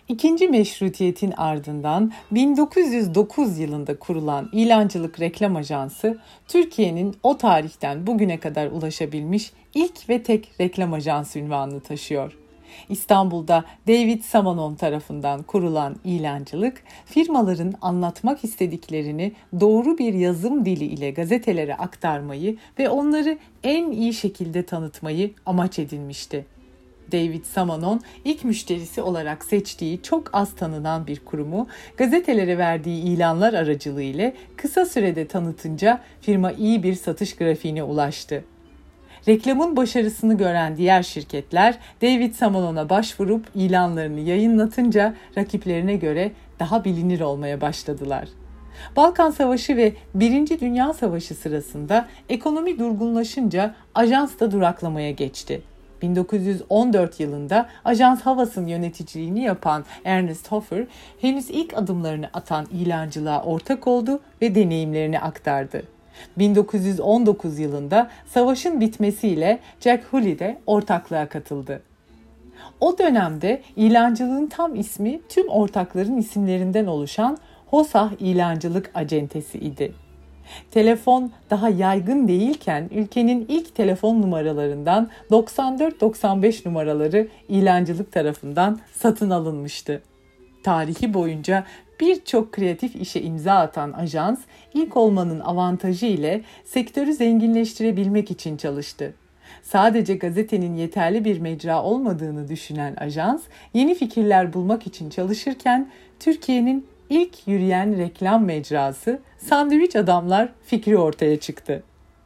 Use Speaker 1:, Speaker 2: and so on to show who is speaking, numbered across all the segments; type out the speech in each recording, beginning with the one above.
Speaker 1: İkinci Meşrutiyet'in ardından 1909 yılında kurulan İlancılık Reklam Ajansı, Türkiye'nin o tarihten bugüne kadar ulaşabilmiş ilk ve tek reklam ajansı unvanını taşıyor. İstanbul'da David Samanon tarafından kurulan ilancılık, firmaların anlatmak istediklerini doğru bir yazım dili ile gazetelere aktarmayı ve onları en iyi şekilde tanıtmayı amaç edinmişti. David Samanon ilk müşterisi olarak seçtiği çok az tanınan bir kurumu gazetelere verdiği ilanlar aracılığıyla kısa sürede tanıtınca firma iyi bir satış grafiğine ulaştı. Reklamın başarısını gören diğer şirketler David Samanon'a başvurup ilanlarını yayınlatınca rakiplerine göre daha bilinir olmaya başladılar. Balkan Savaşı ve Birinci Dünya Savaşı sırasında ekonomi durgunlaşınca ajans da duraklamaya geçti. 1914 yılında Ajans Havas'ın yöneticiliğini yapan Ernest Hofer, henüz ilk adımlarını atan ilancılığa ortak oldu ve deneyimlerini aktardı. 1919 yılında savaşın bitmesiyle Jack Hulley de ortaklığa katıldı. O dönemde ilancılığın tam ismi tüm ortakların isimlerinden oluşan Hosah İlancılık Acentesi idi. Telefon daha yaygın değilken ülkenin ilk telefon numaralarından 94-95 numaraları ilancılık tarafından satın alınmıştı. Tarihi boyunca birçok kreatif işe imza atan ajans, ilk olmanın avantajı ile sektörü zenginleştirebilmek için çalıştı. Sadece gazetenin yeterli bir mecra olmadığını düşünen ajans, yeni fikirler bulmak için çalışırken Türkiye'nin ilk yürüyen reklam mecrası Sandviç Adamlar fikri ortaya çıktı.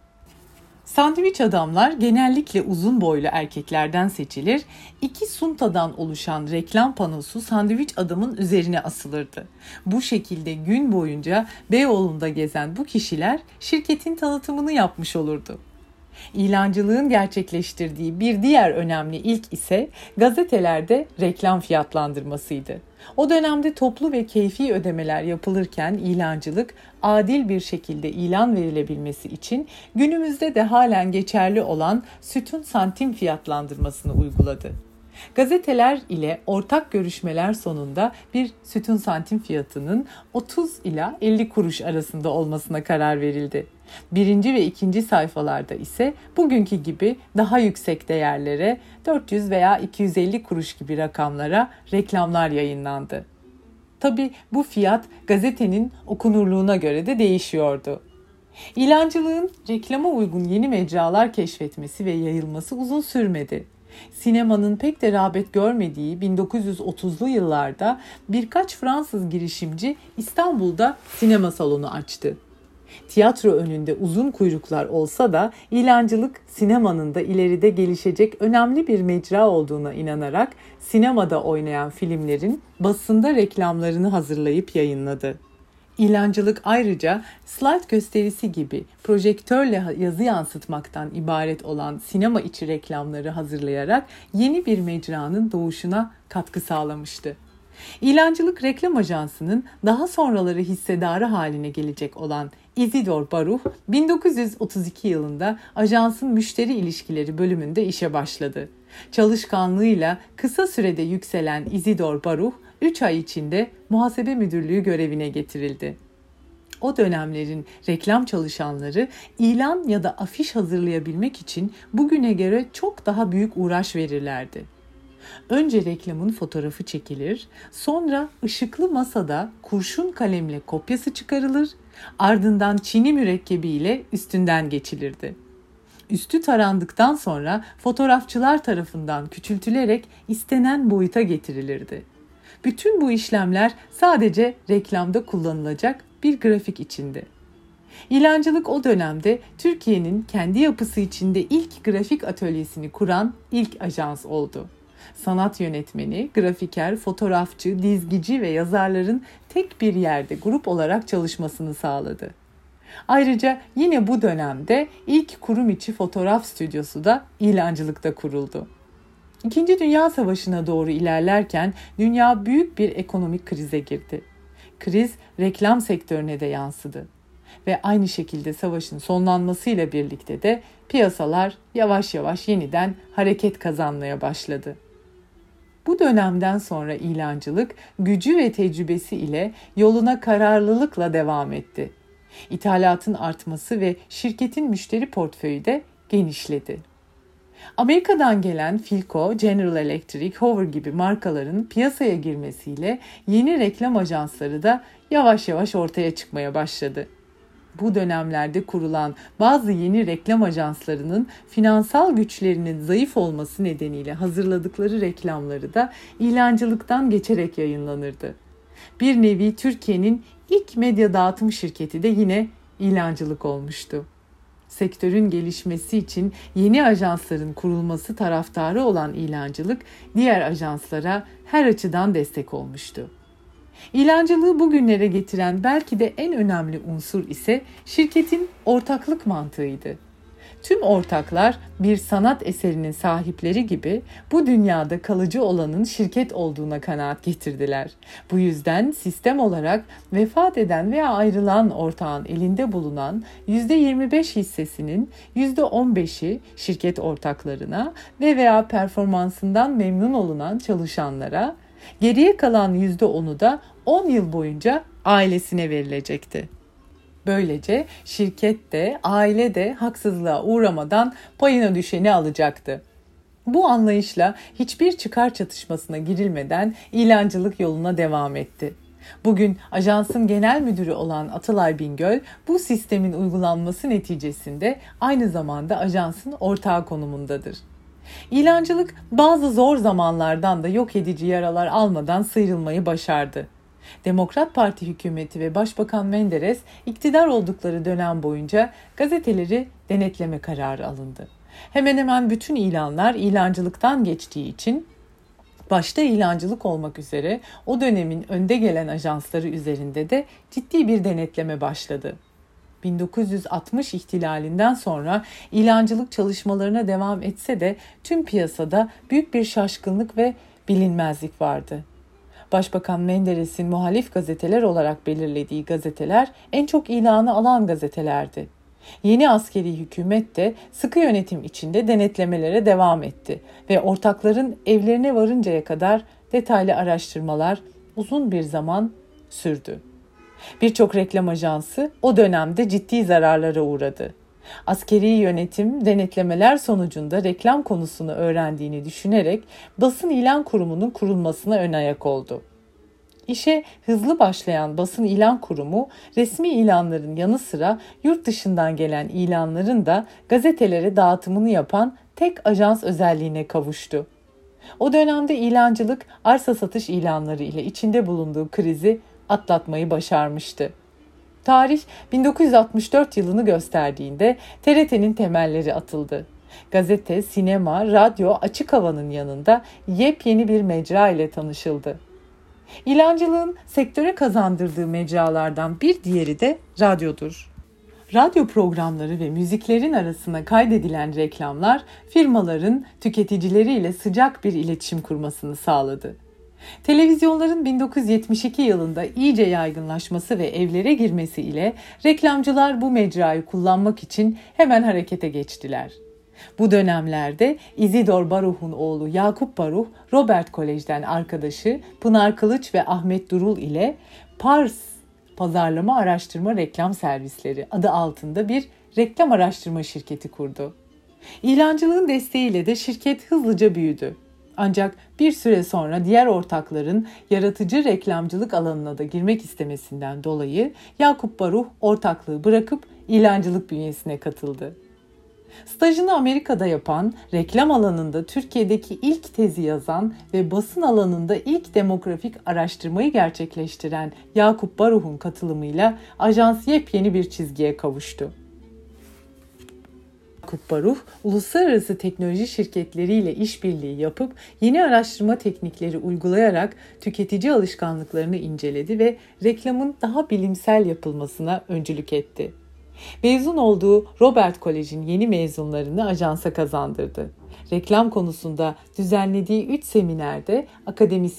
Speaker 1: Sandviç adamlar genellikle uzun boylu erkeklerden seçilir, 2 suntadan oluşan reklam panosu sandviç adamın üzerine asılırdı. Bu şekilde gün boyunca Beyoğlu'nda gezen bu kişiler şirketin tanıtımını yapmış olurdu. İlancılığın gerçekleştirdiği bir diğer önemli ilk ise gazetelerde reklam fiyatlandırmasıydı. O dönemde toplu ve keyfi ödemeler yapılırken ilancılık adil bir şekilde ilan verilebilmesi için günümüzde de halen geçerli olan sütun santim fiyatlandırmasını uyguladı. Gazeteler ile ortak görüşmeler sonunda bir sütun santim fiyatının 30 ila 50 kuruş arasında olmasına karar verildi. Birinci ve ikinci sayfalarda ise bugünkü gibi daha yüksek değerlere 400 veya 250 kuruş gibi rakamlara reklamlar yayınlandı. Tabii bu fiyat gazetenin okunurluğuna göre de değişiyordu. İlancılığın reklama uygun yeni mecralar keşfetmesi ve yayılması uzun sürmedi. Sinemanın pek de rağbet görmediği 1930'lu yıllarda birkaç Fransız girişimci İstanbul'da sinema salonu açtı. Tiyatro önünde uzun kuyruklar olsa da ilancılık sinemanın da ileride gelişecek önemli bir mecra olduğuna inanarak sinemada oynayan filmlerin basında reklamlarını hazırlayıp yayınladı. İlancılık ayrıca slide gösterisi gibi projektörle yazı yansıtmaktan ibaret olan sinema içi reklamları hazırlayarak yeni bir mecranın doğuşuna katkı sağlamıştı. İlancılık Reklam Ajansı'nın daha sonraları hissedarı haline gelecek olan Isidor Baruch, 1932 yılında ajansın müşteri ilişkileri bölümünde işe başladı. Çalışkanlığıyla kısa sürede yükselen Isidor Baruch, 3 ay içinde muhasebe müdürlüğü görevine getirildi. O dönemlerin reklam çalışanları ilan ya da afiş hazırlayabilmek için bugüne göre çok daha büyük uğraş verirlerdi. Önce reklamın fotoğrafı çekilir, sonra ışıklı masada kurşun kalemle kopyası çıkarılır, ardından çini mürekkebiyle üstünden geçilirdi. Üstü tarandıktan sonra fotoğrafçılar tarafından küçültülerek istenen boyuta getirilirdi. Bütün bu işlemler sadece reklamda kullanılacak bir grafik içindi. İlancılık o dönemde Türkiye'nin kendi yapısı içinde ilk grafik atölyesini kuran ilk ajans oldu. Sanat yönetmeni, grafiker, fotoğrafçı, dizgici ve yazarların tek bir yerde grup olarak çalışmasını sağladı. Ayrıca yine bu dönemde ilk kurum içi fotoğraf stüdyosu da ilancılıkta kuruldu. İkinci Dünya Savaşı'na doğru ilerlerken dünya büyük bir ekonomik krize girdi. Kriz reklam sektörüne de yansıdı. Ve aynı şekilde savaşın sonlanmasıyla birlikte de piyasalar yavaş yavaş yeniden hareket kazanmaya başladı. Bu dönemden sonra ilancılık gücü ve tecrübesi ile yoluna kararlılıkla devam etti. İthalatın artması ve şirketin müşteri portföyü de genişledi. Amerika'dan gelen Philco, General Electric, Hoover gibi markaların piyasaya girmesiyle yeni reklam ajansları da yavaş yavaş ortaya çıkmaya başladı. Bu dönemlerde kurulan bazı yeni reklam ajanslarının finansal güçlerinin zayıf olması nedeniyle hazırladıkları reklamları da ilancılıktan geçerek yayınlanırdı. Bir nevi Türkiye'nin ilk medya dağıtım şirketi de yine ilancılık olmuştu. Sektörün gelişmesi için yeni ajansların kurulması taraftarı olan ilancılık diğer ajanslara her açıdan destek olmuştu. İlancılığı bugünlere getiren belki de en önemli unsur ise şirketin ortaklık mantığıydı. Tüm ortaklar bir sanat eserinin sahipleri gibi bu dünyada kalıcı olanın şirket olduğuna kanaat getirdiler. Bu yüzden sistem olarak vefat eden veya ayrılan ortağın elinde bulunan %25 hissesinin %15'i şirket ortaklarına ve veya performansından memnun olunan çalışanlara, geriye kalan %10'u da 10 yıl boyunca ailesine verilecekti. Böylece şirket de aile de haksızlığa uğramadan payına düşeni alacaktı. Bu anlayışla hiçbir çıkar çatışmasına girilmeden ilancılık yoluna devam etti. Bugün ajansın genel müdürü olan Atalay Bingöl bu sistemin uygulanması neticesinde aynı zamanda ajansın ortağı konumundadır. İlancılık bazı zor zamanlardan da yok edici yaralar almadan sıyrılmayı başardı. Demokrat Parti hükümeti ve Başbakan Menderes iktidar oldukları dönem boyunca gazeteleri denetleme kararı alındı. Hemen hemen bütün ilanlar ilancılıktan geçtiği için başta ilancılık olmak üzere o dönemin önde gelen ajansları üzerinde de ciddi bir denetleme başladı. 1960 ihtilalinden sonra ilancılık çalışmalarına devam etse de tüm piyasada büyük bir şaşkınlık ve bilinmezlik vardı. Başbakan Menderes'in muhalif gazeteler olarak belirlediği gazeteler en çok ilanı alan gazetelerdi. Yeni askeri hükümet de sıkı yönetim içinde denetlemelere devam etti ve ortakların evlerine varıncaya kadar detaylı araştırmalar uzun bir zaman sürdü. Birçok reklam ajansı o dönemde ciddi zararlara uğradı. Askeri yönetim denetlemeler sonucunda reklam konusunu öğrendiğini düşünerek Basın İlan Kurumu'nun kurulmasına ön ayak oldu. İşe hızlı başlayan Basın İlan Kurumu, resmi ilanların yanı sıra yurt dışından gelen ilanların da gazetelere dağıtımını yapan tek ajans özelliğine kavuştu. O dönemde ilancılık arsa satış ilanları ile içinde bulunduğu krizi atlatmayı başarmıştı. Tarih 1964 yılını gösterdiğinde TRT'nin temelleri atıldı. Gazete, sinema, radyo, açık havanın yanında yepyeni bir mecra ile tanışıldı. İlancılığın sektöre kazandırdığı mecralardan bir diğeri de radyodur. Radyo programları ve müziklerin arasına kaydedilen reklamlar firmaların tüketicileriyle sıcak bir iletişim kurmasını sağladı. Televizyonların 1972 yılında iyice yaygınlaşması ve evlere girmesi ile reklamcılar bu mecrayı kullanmak için hemen harekete geçtiler. Bu dönemlerde Izidor Baruch'un oğlu Yakup Baruch, Robert Kolej'den arkadaşı Pınar Kılıç ve Ahmet Durul ile Pars Pazarlama Araştırma Reklam Servisleri adı altında bir reklam araştırma şirketi kurdu. İlancılığın desteğiyle de şirket hızlıca büyüdü. Ancak bir süre sonra diğer ortakların yaratıcı reklamcılık alanına da girmek istemesinden dolayı Yakup Baruch ortaklığı bırakıp ilancılık bünyesine katıldı. Stajını Amerika'da yapan, reklam alanında Türkiye'deki ilk tezi yazan ve basın alanında ilk demografik araştırmayı gerçekleştiren Yakup Baruch'un katılımıyla ajans yepyeni bir çizgiye kavuştu. Yakup Baruch, uluslararası teknoloji şirketleriyle işbirliği yapıp yeni araştırma teknikleri uygulayarak tüketici alışkanlıklarını inceledi ve reklamın daha bilimsel yapılmasına öncülük etti. Mezun olduğu Robert Kolej'in yeni mezunlarını ajansa kazandırdı. Reklam konusunda düzenlediği 3 seminerde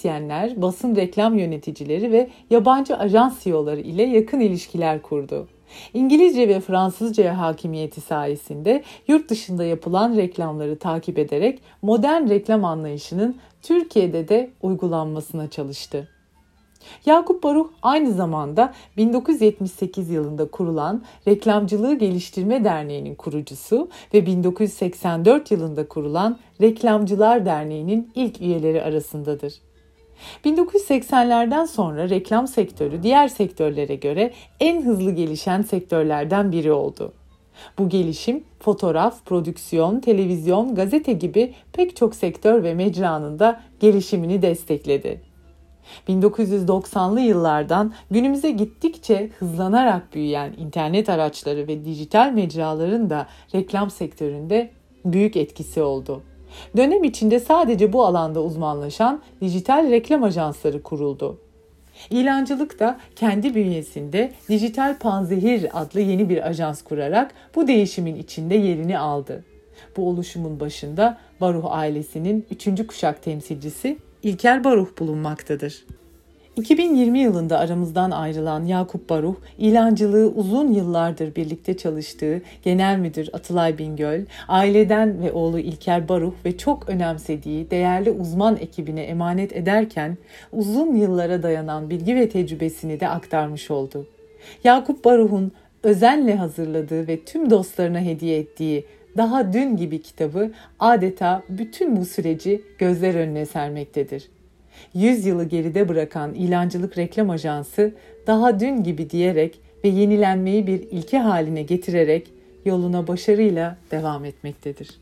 Speaker 1: akademisyenler, basın reklam yöneticileri ve yabancı ajans CEO'ları ile yakın ilişkiler kurdu. İngilizce ve Fransızca hakimiyeti sayesinde yurt dışında yapılan reklamları takip ederek modern reklam anlayışının Türkiye'de de uygulanmasına çalıştı. Yakup Baruh aynı zamanda 1978 yılında kurulan Reklamcılığı Geliştirme Derneği'nin kurucusu ve 1984 yılında kurulan Reklamcılar Derneği'nin ilk üyeleri arasındadır. 1980'lerden sonra reklam sektörü diğer sektörlere göre en hızlı gelişen sektörlerden biri oldu. Bu gelişim fotoğraf, prodüksiyon, televizyon, gazete gibi pek çok sektör ve mecranın da gelişimini destekledi. 1990'lı yıllardan günümüze gittikçe hızlanarak büyüyen internet araçları ve dijital mecraların da reklam sektöründe büyük etkisi oldu. Dönem içinde sadece bu alanda uzmanlaşan dijital reklam ajansları kuruldu. İlancılık da kendi bünyesinde Dijital Panzehir adlı yeni bir ajans kurarak bu değişimin içinde yerini aldı. Bu oluşumun başında Baruh ailesinin 3. kuşak temsilcisi İlker Baruh bulunmaktadır. 2020 yılında aramızdan ayrılan Yakup Baruh, ilancılığı uzun yıllardır birlikte çalıştığı Genel Müdür Atılay Bingöl, aileden ve oğlu İlker Baruh ve çok önemsediği değerli uzman ekibine emanet ederken uzun yıllara dayanan bilgi ve tecrübesini de aktarmış oldu. Yakup Baruh'un özenle hazırladığı ve tüm dostlarına hediye ettiği Daha Dün Gibi kitabı adeta bütün bu süreci gözler önüne sermektedir. 100 yılı geride bırakan ilancılık reklam ajansı daha dün gibi diyerek ve yenilenmeyi bir ilke haline getirerek yoluna başarıyla devam etmektedir.